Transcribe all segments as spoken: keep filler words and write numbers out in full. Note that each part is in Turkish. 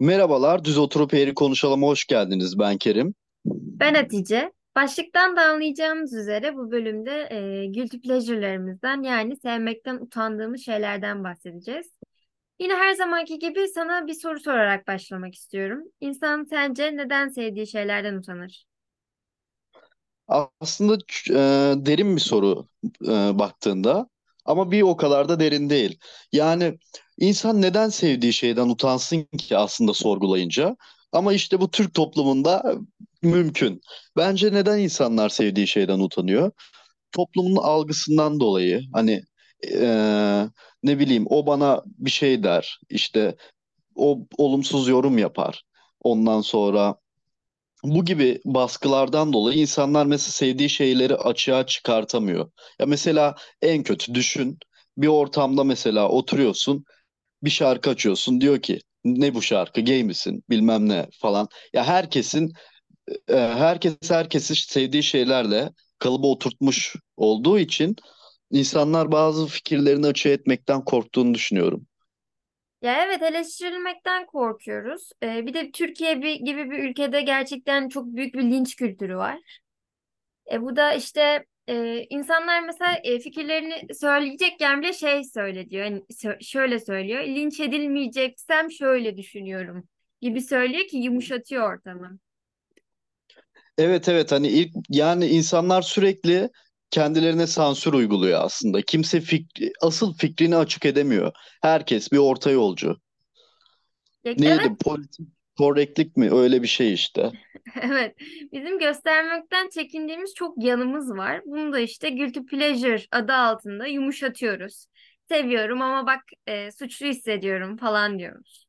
Merhabalar, Düz Oturup Eğri Konuşalım'a hoş geldiniz. Ben Kerim. Ben Hatice. Başlıktan da anlayacağımız üzere bu bölümde e, guilty pleasure'larımızdan yani sevmekten utandığımız şeylerden bahsedeceğiz. Yine her zamanki gibi sana bir soru sorarak başlamak istiyorum. İnsan sence neden sevdiği şeylerden utanır? Aslında ç- e, derin bir soru e, baktığında ama bir o kadar da derin değil. Yani insan neden sevdiği şeyden utansın ki aslında sorgulayınca? Ama işte bu Türk toplumunda mümkün. Bence neden insanlar sevdiği şeyden utanıyor? Toplumun algısından dolayı. Hani e, ne bileyim o bana bir şey der. İşte o olumsuz yorum yapar. Ondan sonra bu gibi baskılardan dolayı insanlar mesela sevdiği şeyleri açığa çıkartamıyor. Ya mesela en kötü düşün. Bir ortamda mesela oturuyorsun, bir şarkı açıyorsun. Diyor ki ne bu şarkı, gay misin, bilmem ne falan. Ya herkesin e, herkes herkesi sevdiği şeylerle kalıba oturtmuş olduğu için insanlar bazı fikirlerini açığa etmekten korktuğunu düşünüyorum. Ya evet, eleştirilmekten korkuyoruz. E, bir de Türkiye bir, gibi bir ülkede gerçekten çok büyük bir linç kültürü var. E, bu da işte e, insanlar mesela e, fikirlerini söyleyecekken bile şey söyle diyor. Hani sö- şöyle söylüyor. Linç edilmeyeceksem şöyle düşünüyorum gibi söylüyor ki yumuşatıyor ortamı. Evet, evet, hani ilk yani insanlar sürekli kendilerine sansür uyguluyor aslında. Kimse fikri, asıl fikrini açık edemiyor. Herkes bir orta yolcu. Ya, evet, Neydi? Politik korrektlik mi? Öyle bir şey işte. evet. Bizim göstermekten çekindiğimiz çok yanımız var. Bunu da işte guilty pleasure adı altında yumuşatıyoruz. Seviyorum ama bak e, suçlu hissediyorum falan diyoruz.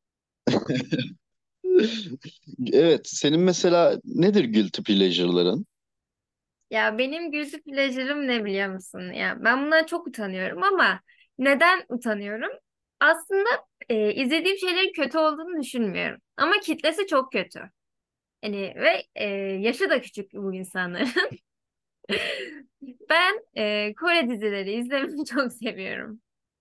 Evet, senin mesela nedir guilty pleasure'ların? Ya benim guilty pleasure'ım ne biliyor musun? Ya ben bundan çok utanıyorum ama neden utanıyorum? Aslında e, izlediğim şeylerin kötü olduğunu düşünmüyorum. Ama kitlesi çok kötü. Hani ve e, yaşı da küçük bu insanların. Ben e, Kore dizileri izlemeyi çok seviyorum.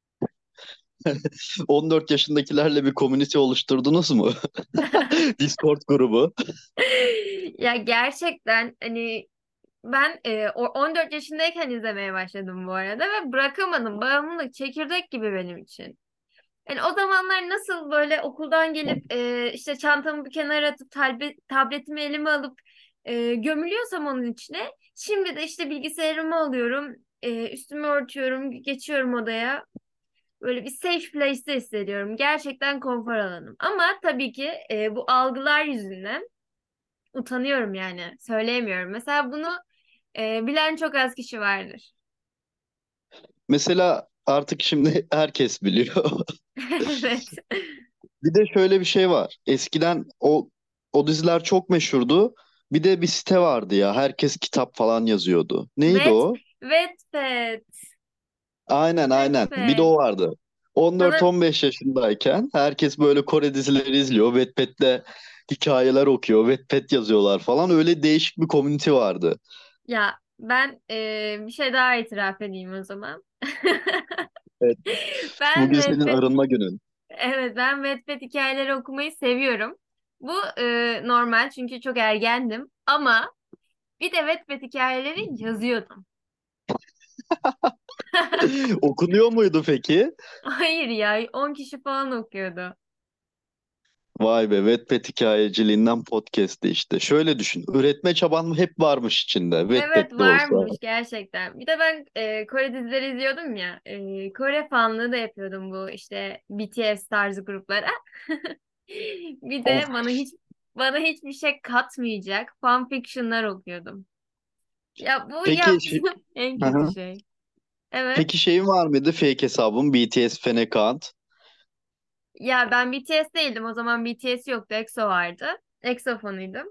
on dört yaşındakilerle bir komünite oluşturdunuz mu? Discord grubu. Ya gerçekten hani ben e, o- on dört yaşındayken izlemeye başladım bu arada ve bırakamadım. Bağımlılık çekirdek gibi benim için. Yani o zamanlar nasıl böyle okuldan gelip e, işte çantamı bir kenara atıp talbe- tabletimi elime alıp e, gömülüyorsam onun içine, şimdi de işte bilgisayarımı alıyorum, e, üstümü örtüyorum, geçiyorum odaya. Böyle bir safe place'te hissediyorum. Gerçekten konfor alanım. Ama tabii ki e, bu algılar yüzünden utanıyorum yani. Söyleyemiyorum. Mesela bunu e, bilen çok az kişi vardır. Mesela artık şimdi herkes biliyor. Evet. Bir de şöyle bir şey var. Eskiden o o diziler çok meşhurdu. Bir de bir site vardı ya. Herkes kitap falan yazıyordu. Neydi Wet, o? Wattpad. Aynen, aynen. Bir de Wattpad. o vardı. Sana on dört on beş yaşındayken herkes böyle Kore dizileri izliyor. Wattpad'de hikayeler okuyor. Wattpad yazıyorlar falan. Öyle değişik bir komünite vardı. ya ben e, bir şey daha itiraf edeyim o zaman. Evet. Ben Bugün senin Wattpad, arınma günün. evet, ben Wattpad hikayeleri okumayı seviyorum. Bu e, normal çünkü çok ergendim ama bir de Wattpad hikayeleri yazıyordum. Okunuyor muydu peki? Hayır ya, on kişi falan okuyordu. Vay be, Wattpad hikayeciliğinden podcast'te işte. Şöyle düşün. Üretme çaban hep varmış içinde. Evet, Wattpad'de olsa. varmış gerçekten. Bir de ben e, Kore dizileri izliyordum ya. E, Kore fanlığı da yapıyordum bu işte B T S tarzı gruplara. Bir Of. de bana hiç bana hiçbir şey katmayacak fanfiction'lar okuyordum. Ya bu Peki şey, yaptığım en Hı kötü hı. şey. Evet. Peki şeyin var mıydı fake hesabın B T S fan account? Ya ben B T S değildim. O zaman B T S yoktu. EXO vardı. EXO fanıydım.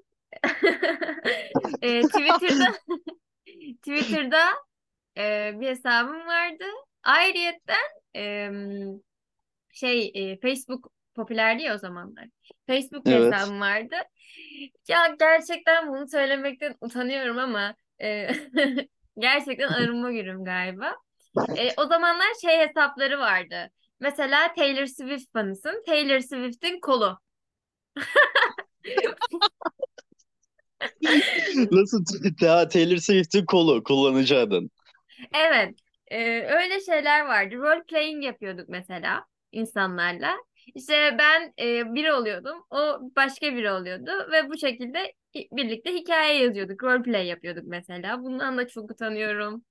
E, Twitter'da Twitter'da e, bir hesabım vardı. Ayrıyetten e, şey e, Facebook popülerdi ya o zamanlar. Facebook bir Evet. hesabım vardı. Ya gerçekten bunu söylemekten utanıyorum ama e, gerçekten arınma günüm galiba. E, o zamanlar şey hesapları vardı. Mesela Taylor Swift fanısın. Taylor Swift'in kolu. Nasıl ta Taylor Swift'in kolu kullanıcı adın? Evet, e, öyle şeyler vardı. Role playing yapıyorduk mesela insanlarla. İşte ben e, biri oluyordum, o başka biri oluyordu ve bu şekilde hi- birlikte hikaye yazıyorduk, role play yapıyorduk mesela. Bundan da çok utanıyorum.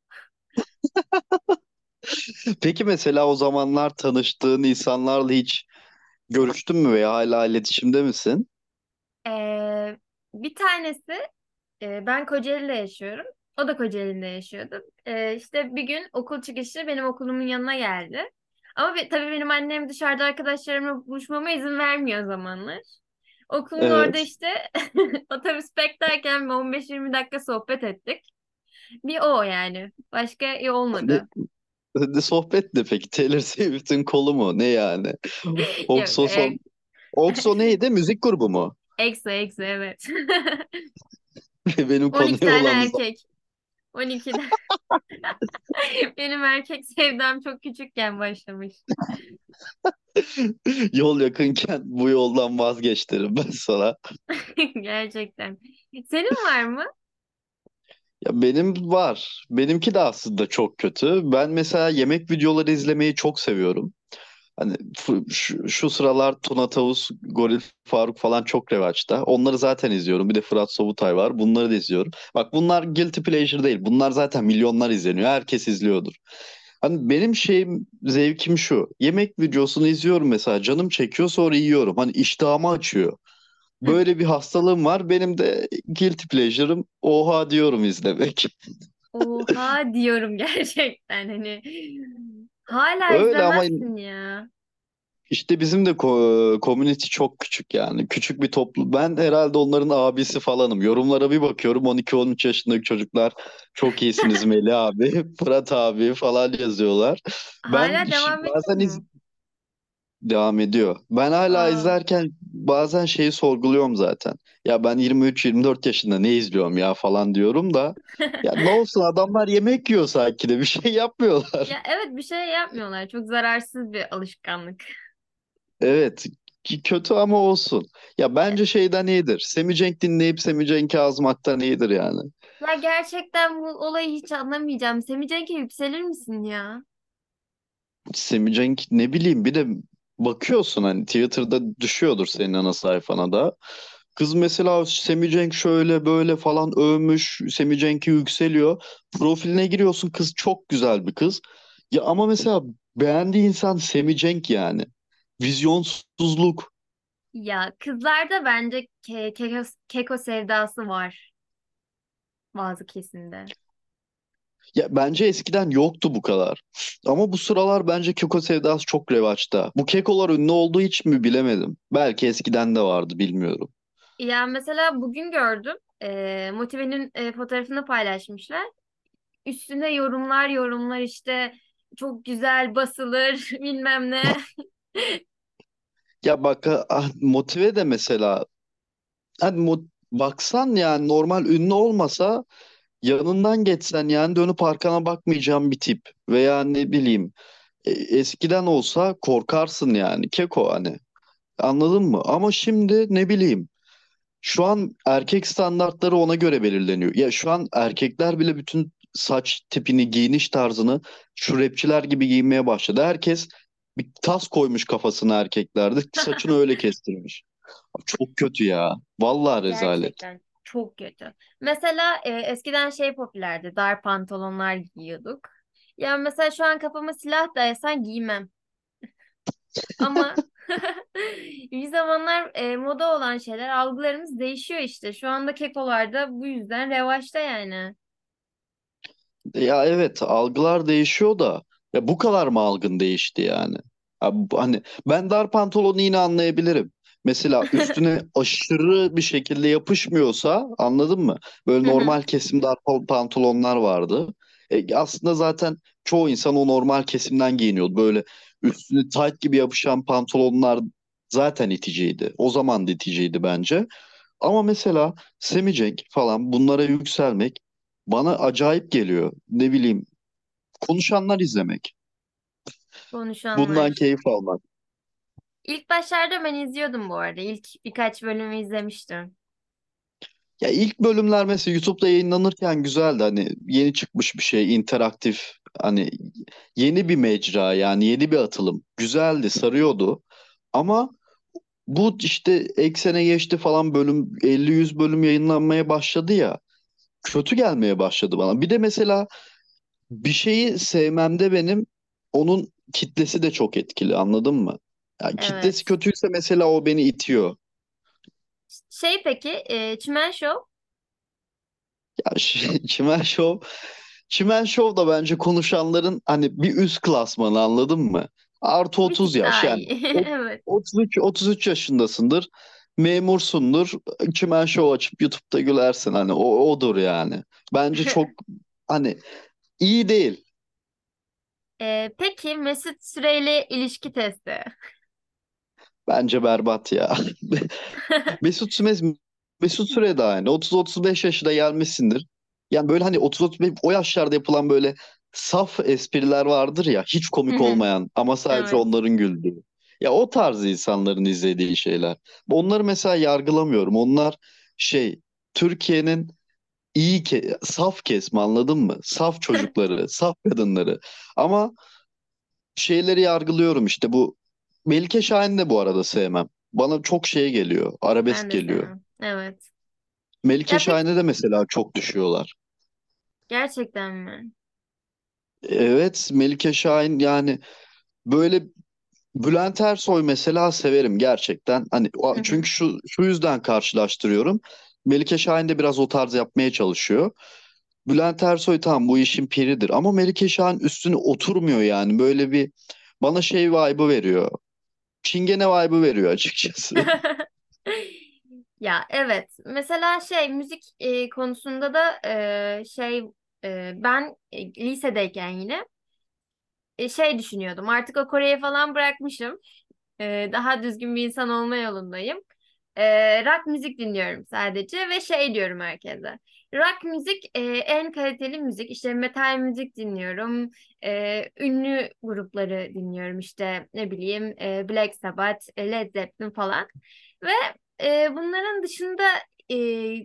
Peki mesela o zamanlar tanıştığın insanlarla hiç görüştün mü veya hala iletişimde misin? E, Bir tanesi, e, ben Kocaeli'de yaşıyorum, o da Kocaeli'nde yaşıyordu. E, işte bir gün okul çıkışı benim okulumun yanına geldi. Ama be- tabii benim annem dışarıda arkadaşlarımla buluşmama izin vermiyor o zamanlar. Okulun orada Evet. işte otobüs beklerken bir on beş yirmi dakika sohbet ettik. Bir o yani. Başka iyi Ne, olmadı. ne sohbet ne peki? Taylor Swift'in kolu mu? Ne yani? Yok, Oxo e, son... Oxo neydi? Müzik grubu mu? Ekso ekso evet. Benim on iki konuya tane olan erkek. on ikide. Benim erkek sevdam çok küçükken başlamış. yol yakınken bu yoldan vazgeç derim ben sana. Gerçekten. Senin var mı? Ya benim var. Benimki de aslında çok kötü. Ben mesela yemek videoları izlemeyi çok seviyorum. Hani fu- şu, şu sıralar Tuna Tavus, Goril Faruk falan çok revaçta. Onları zaten izliyorum. Bir de Fırat Sobutay var. Bunları da izliyorum. Bak bunlar guilty pleasure değil. Bunlar zaten milyonlar izleniyor. Herkes izliyordur. Hani benim şeyim, zevkim şu. Yemek videosunu izliyorum mesela. Canım çekiyor sonra yiyorum. Hani iştahımı açıyor. Böyle bir hastalığım var. Benim de guilty pleasure'ım oha diyorum izlemek. Oha diyorum gerçekten hani. Hala Öyle ama izlemezsin ya. işte bizim de ko- community çok küçük yani. Küçük bir toplu. Ben herhalde onların abisi falanım. Yorumlara bir bakıyorum on iki on üç yaşındaki çocuklar çok iyisiniz Melih abi, Fırat abi falan yazıyorlar. Ben Hala ş- devam ediyor bazen iz mu? devam ediyor. Ben hala Aa. izlerken bazen şeyi sorguluyorum zaten. Ya ben yirmi üç yirmi dört yaşında ne izliyorum ya falan diyorum da. Ya ne olsun adamlar yemek yiyor sanki de bir şey yapmıyorlar. Ya evet, bir şey yapmıyorlar. Çok zararsız bir alışkanlık. Evet ki kötü ama olsun. Ya bence şeyden iyidir. Semi Cenk dinleyip Semi Cenk'i azmaktan iyidir yani. Ya gerçekten bu olayı hiç anlamayacağım. Semih Cenk'e yükselir misin ya? Semi Cenk ne bileyim bir de bakıyorsun hani Twitter'da düşüyordur senin ana sayfana da. Kız mesela Semi Cenk şöyle böyle falan övmüş. Semi Cenk'i yükseliyor. Profiline giriyorsun kız çok güzel bir kız. Ya ama mesela beğendiği insan Semi Cenk yani. Vizyonsuzluk. Ya kızlarda bence ke keko, keko sevdası var bazı kesimde. Ya bence eskiden yoktu bu kadar. Ama bu sıralar bence keko sevdası çok revaçta. Bu kekolar ünlü olduğu hiç mi bilemedim. Belki eskiden de vardı bilmiyorum. Ya mesela bugün gördüm. E, Motive'nin e, fotoğrafını paylaşmışlar. Üstüne yorumlar yorumlar işte çok güzel basılır bilmem ne. Ya bak ah, motive de mesela hani mo- baksan yani normal ünlü olmasa yanından geçsen yani dönüp arkana bakmayacağın bir tip. Veya ne bileyim e, eskiden olsa korkarsın yani keko hani anladın mı? Ama şimdi ne bileyim şu an erkek standartları ona göre belirleniyor. Ya şu an erkekler bile bütün saç tipini, giyiniş tarzını şu rapçiler gibi giyinmeye başladı. Herkes bir tas koymuş kafasına erkeklerde. Saçını öyle kestirmiş. Abi çok kötü ya. Vallahi rezalet. Gerçekten çok kötü. Mesela e, eskiden şey popülerdi. Dar pantolonlar giyiyorduk. Ya mesela şu an kafama silah dayasan giymem. Ama bir zamanlar e, moda olan şeyler, algılarımız değişiyor işte. Şu anda kekolar da bu yüzden revaçta yani. Ya evet algılar değişiyor da ya bu kadar mı algın değişti yani? Ya bu- hani ben dar pantolonu yine anlayabilirim. Mesela üstüne aşırı bir şekilde yapışmıyorsa anladın mı? Böyle Hı hı. normal kesim dar pal- pantolonlar vardı. E, aslında zaten çoğu insan o normal kesimden giyiniyordu. Böyle üstüne tight gibi yapışan pantolonlar zaten iticiydi. O zaman da iticiydi bence. Ama mesela Semi falan bunlara yükselmek bana acayip geliyor. Ne bileyim konuşanlar izlemek. Bundan Konuşanlar. keyif almak. İlk başlarda ben izliyordum bu arada. İlk birkaç bölümü izlemiştim. Ya ilk bölümler mesela YouTube'da yayınlanırken güzeldi. Hani yeni çıkmış bir şey, interaktif. Hani yeni bir mecra yani yeni bir atılım. Güzeldi, sarıyordu. Ama bu işte eksene geçti falan bölüm elli yüz bölüm yayınlanmaya başladı ya. Kötü gelmeye başladı bana. Bir de mesela bir şeyi sevmemde benim onun kitlesi de çok etkili anladın mı? Yani kitlesi Evet. kötüyse mesela o beni itiyor. Şey peki, e, Çimen Show Ya şey, Çimen Show, Çimen Show da bence konuşanların hani bir üst klasmanı anladın mı? Artı bir otuz tık yaş daha yani iyi. o- Evet. otuz üç otuz üç yaşındasındır. Memursundur. Çimen Show açıp YouTube'da gülersin hani o odur yani. Bence çok hani iyi değil. E, peki Mesut Süreyle ilişki testi. Bence berbat ya. Mesut Süre, Mesut Süre de aynı. otuz otuz beş yaşına gelmişsindir. Yani böyle hani otuz otuz beş o yaşlarda yapılan böyle saf espriler vardır ya hiç Hı komik hı. olmayan ama sadece Evet. onların güldüğü. Ya o tarz insanların izlediği şeyler. Onları mesela yargılamıyorum. Onlar şey Türkiye'nin iyi ke saf kesme anladın mı? Saf çocukları, saf kadınları. Ama şeyleri yargılıyorum işte bu Melike Şahin'i de bu arada sevmem. Bana çok şey geliyor. Arabesk Ben de geliyor. sevmem. Evet. Melike Ya peki Şahin'e de mesela çok düşüyorlar. gerçekten mi? Evet Melike Şahin yani böyle Bülent Ersoy mesela severim gerçekten. Hani Hı o- hı. çünkü şu şu yüzden karşılaştırıyorum. Melike Şahin de biraz o tarz yapmaya çalışıyor. Bülent Ersoy tamam bu işin piridir ama Melike Şahin üstüne oturmuyor yani. Böyle bir bana şey vibe'ı veriyor. Çingene vibe'ı veriyor açıkçası. Ya evet. Mesela şey müzik e, konusunda da e, şey e, ben e, lisedeyken yine e, şey düşünüyordum. Artık o Kore'yi falan bırakmışım. E, daha düzgün bir insan olma yolundayım. E, rock müzik dinliyorum sadece ve şey diyorum herkese. Rock müzik e, en kaliteli müzik. İşte metal müzik dinliyorum. E, ünlü grupları dinliyorum. İşte ne bileyim e, Black Sabbath, e, Led Zeppelin falan. Ve e, bunların dışında e,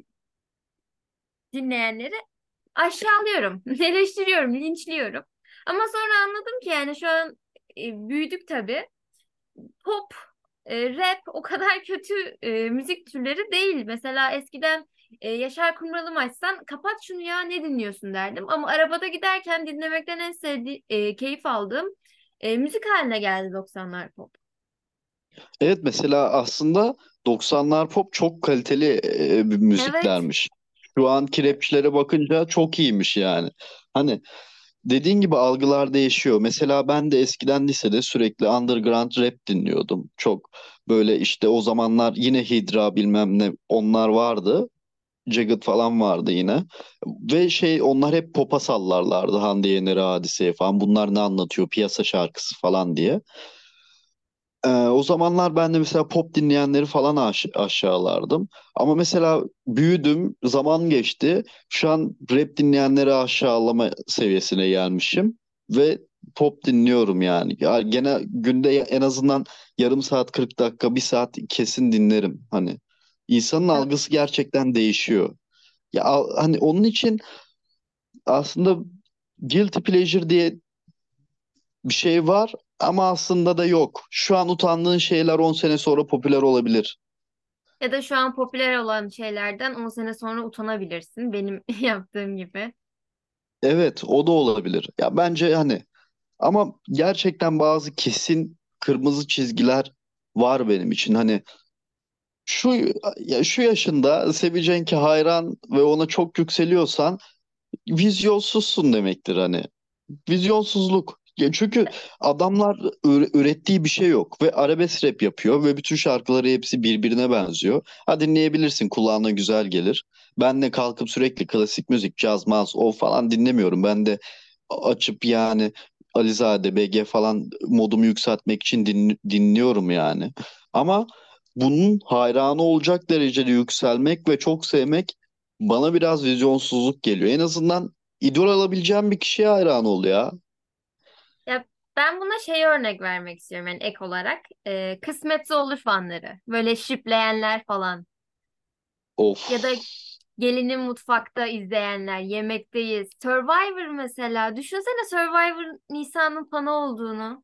dinleyenleri aşağılıyorum, eleştiriyorum, linçliyorum. Ama sonra anladım ki yani şu an e, büyüdük tabii. Pop, e, rap o kadar kötü e, müzik türleri değil. Mesela eskiden e, Yaşar Kumral'ı mı açsan kapat şunu ya ne dinliyorsun derdim. Ama arabada giderken dinlemekten en sevdiğim, keyif aldığım e, müzik haline geldi doksanlar pop. Evet mesela aslında doksanlar pop çok kaliteli e, bir Evet. müziklermiş. Şu anki rapçilere bakınca çok iyiymiş yani. Hani dediğin gibi algılar değişiyor. Mesela ben de eskiden lisede sürekli underground rap dinliyordum. Çok böyle işte o zamanlar yine Hydra bilmem ne onlar vardı. Jagged falan vardı yine. Ve şey onlar hep popa sallarlardı. Hande Yener'e, Hadise'ye falan. Bunlar ne anlatıyor? Piyasa şarkısı falan diye. Ee, o zamanlar ben de mesela pop dinleyenleri falan aş- aşağılardım. Ama mesela büyüdüm, zaman geçti. Şu an rap dinleyenleri aşağılama seviyesine gelmişim. Ve pop dinliyorum yani. Ya gene günde ya- en azından yarım saat, kırk dakika, bir saat kesin dinlerim. Hani insanın algısı gerçekten değişiyor. Ya al- hani onun için aslında guilty pleasure diye bir şey var ama aslında da yok. Şu an utandığın şeyler on sene sonra popüler olabilir. Ya da şu an popüler olan şeylerden on sene sonra utanabilirsin. Benim yaptığım gibi. Evet, o da olabilir. Ya bence hani ama gerçekten bazı kesin kırmızı çizgiler var benim için. Hani şu ya şu yaşında Sevecen ki hayran ve ona çok yükseliyorsan vizyonsuzsun demektir hani. Vizyonsuzluk. Ya çünkü adamlar üre- ürettiği bir şey yok ve arabesk rap yapıyor ve bütün şarkıları hepsi birbirine benziyor. Ha dinleyebilirsin kulağına güzel gelir. Ben de kalkıp sürekli klasik müzik, caz, maz o falan dinlemiyorum. Ben de açıp yani Alizade, B G falan modumu yükseltmek için din- dinliyorum yani. Ama bunun hayranı olacak derecede yükselmek ve çok sevmek bana biraz vizyonsuzluk geliyor. En azından idol alabileceğim bir kişiye hayran ol ya. Ya Ben buna şey örnek vermek istiyorum yani ek olarak. Ee, Kısmetse Olur fanları. Böyle şipleyenler falan. Of. Ya da Gelinin Mutfakta izleyenler, Yemekteyiz. Survivor mesela. Düşünsene Survivor Nisa'nın fanı olduğunu.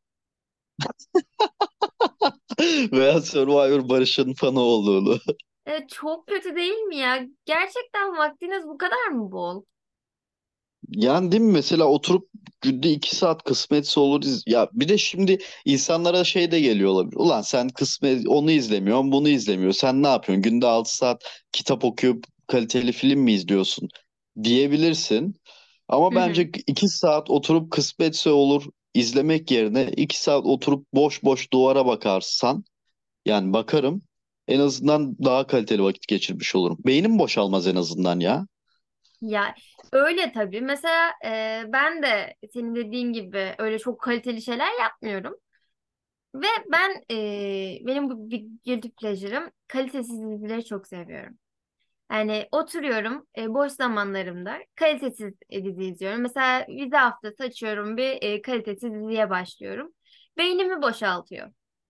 Veya Survivor Barış'ın fanı olduğunu. Evet, çok kötü değil mi ya? Gerçekten vaktiniz bu kadar mı bol? Yani değil mi, mesela oturup günde iki saat kısmetse olur iz- ya, bir de şimdi insanlara şey de geliyor olabilir. Ulan sen kısmet onu izlemiyorsun, bunu izlemiyorsun. Sen ne yapıyorsun? Günde altı saat kitap okuyup kaliteli film mi izliyorsun diyebilirsin. Ama Hı hı. bence iki saat oturup kısmetse olur izlemek yerine iki saat oturup boş boş duvara bakarsan, yani bakarım, en azından daha kaliteli vakit geçirmiş olurum. Beynim boşalmaz en azından ya. Ya öyle tabii. Mesela e, ben de senin dediğin gibi öyle çok kaliteli şeyler yapmıyorum. Ve ben e, benim bu bir guilty pleasure'ım kalitesiz dizileri çok seviyorum. Yani oturuyorum e, boş zamanlarımda kalitesiz e, dizi izliyorum. Mesela vize haftası açıyorum bir e, kalitesiz diziye başlıyorum. Beynimi boşaltıyor.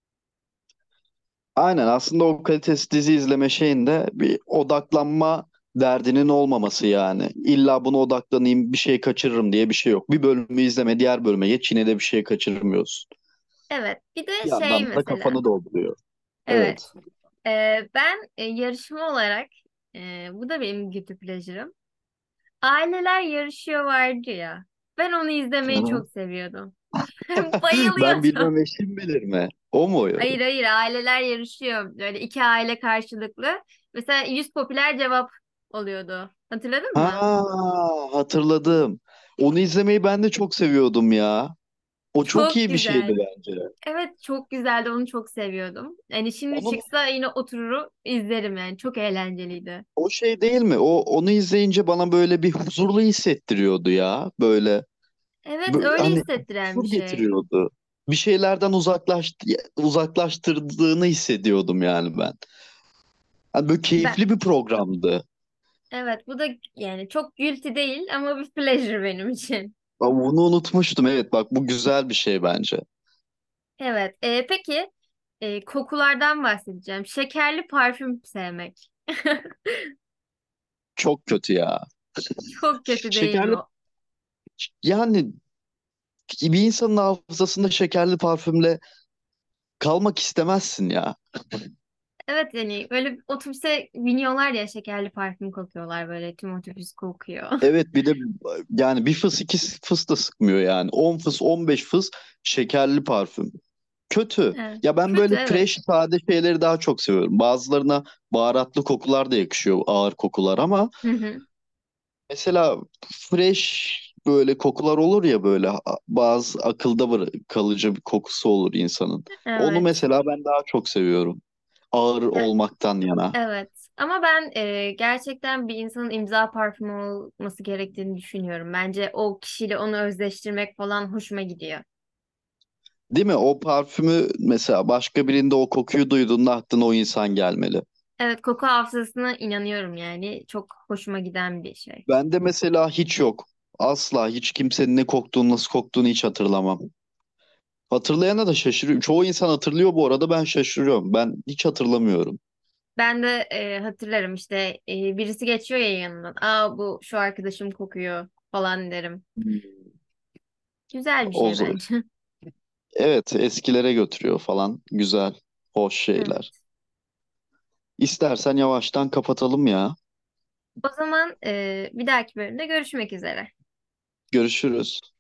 Aynen, aslında o kalitesiz dizi izleme şeyinde bir odaklanma derdinin olmaması yani. İlla buna odaklanayım bir şey kaçırırım diye bir şey yok. Bir bölümü izleme, diğer bölüme geç, yine de bir şey kaçırmıyorsun. Evet. Bir de Bir şey yandan da mesela. kafanı dolduruyor. Evet. Evet. e, ben e, yarışma olarak e, bu da benim guilty pleasure'ım. Aileler yarışıyor vardı ya. Ben onu izlemeyi Hı. çok seviyordum. Ben Bayılıyordum. bilmem eşim bilir mi? O mu? Hayır hayır, aileler yarışıyor. Böyle iki aile karşılıklı. Mesela yüz popüler cevap oluyordu. Hatırladın Ha, mı? hatırladım. Onu izlemeyi ben de çok seviyordum ya. O çok Çok iyi bir şeydi güzel. bence. Evet, çok güzeldi, onu çok seviyordum. Yani şimdi Onun çıksa yine otururum izlerim yani. Çok eğlenceliydi. o şey değil mi? O onu izleyince bana böyle bir huzurlu hissettiriyordu ya. Böyle Evet, Bö- öyle hani hissettiren bir huzur şey. getiriyordu. Bir şeylerden uzaklaş uzaklaştırdığını hissediyordum yani ben. Hani böyle Ben keyifli bir programdı. evet, bu da yani çok guilty değil ama bir pleasure benim için. Ama bunu unutmuştum. Evet, bak bu güzel bir şey bence. Evet. E, peki e, kokulardan bahsedeceğim. Şekerli parfüm sevmek. Çok kötü ya. Çok kötü değil mi? Şekerli, yani bir insanın hafızasında şekerli parfümle kalmak istemezsin ya. Evet, yani böyle otobüse biniyorlar ya, şekerli parfüm kokuyorlar, böyle tüm otobüs kokuyor. Evet, bir de yani bir fıs iki fıs da sıkmıyor yani. On fıs on beş fıs şekerli parfüm. Kötü. Evet. Ya ben Kötü, böyle evet. fresh, sade şeyleri daha çok seviyorum. Bazılarına baharatlı kokular da yakışıyor, ağır kokular, ama Hı hı. mesela fresh böyle kokular olur ya, böyle a- bazı akılda bıra- kalıcı bir kokusu olur insanın. Onu Evet. mesela ben daha çok seviyorum. Ağır Ya, olmaktan yana. evet. Ama ben e, gerçekten bir insanın imza parfümü olması gerektiğini düşünüyorum. Bence o kişiyle onu özleştirmek falan hoşuma gidiyor. Değil mi? O parfümü mesela başka birinde o kokuyu duyduğunda aklına o insan gelmeli. Evet, koku hafızasına inanıyorum yani. Çok hoşuma giden bir şey. Bende mesela hiç yok. Asla hiç kimsenin ne koktuğunu, nasıl koktuğunu hiç hatırlamam. Hatırlayana da şaşırıyorum. Çoğu insan hatırlıyor bu arada, ben şaşırıyorum. Ben hiç hatırlamıyorum. Ben de e, hatırlarım işte, e, birisi geçiyor ya yanından. Aa, bu şu arkadaşım kokuyor falan derim. Hmm. Güzel bir O, şey z- bence. evet, eskilere götürüyor falan. Güzel, hoş şeyler. Evet. İstersen yavaştan kapatalım ya. O zaman e, bir dahaki bölümde görüşmek üzere. Görüşürüz.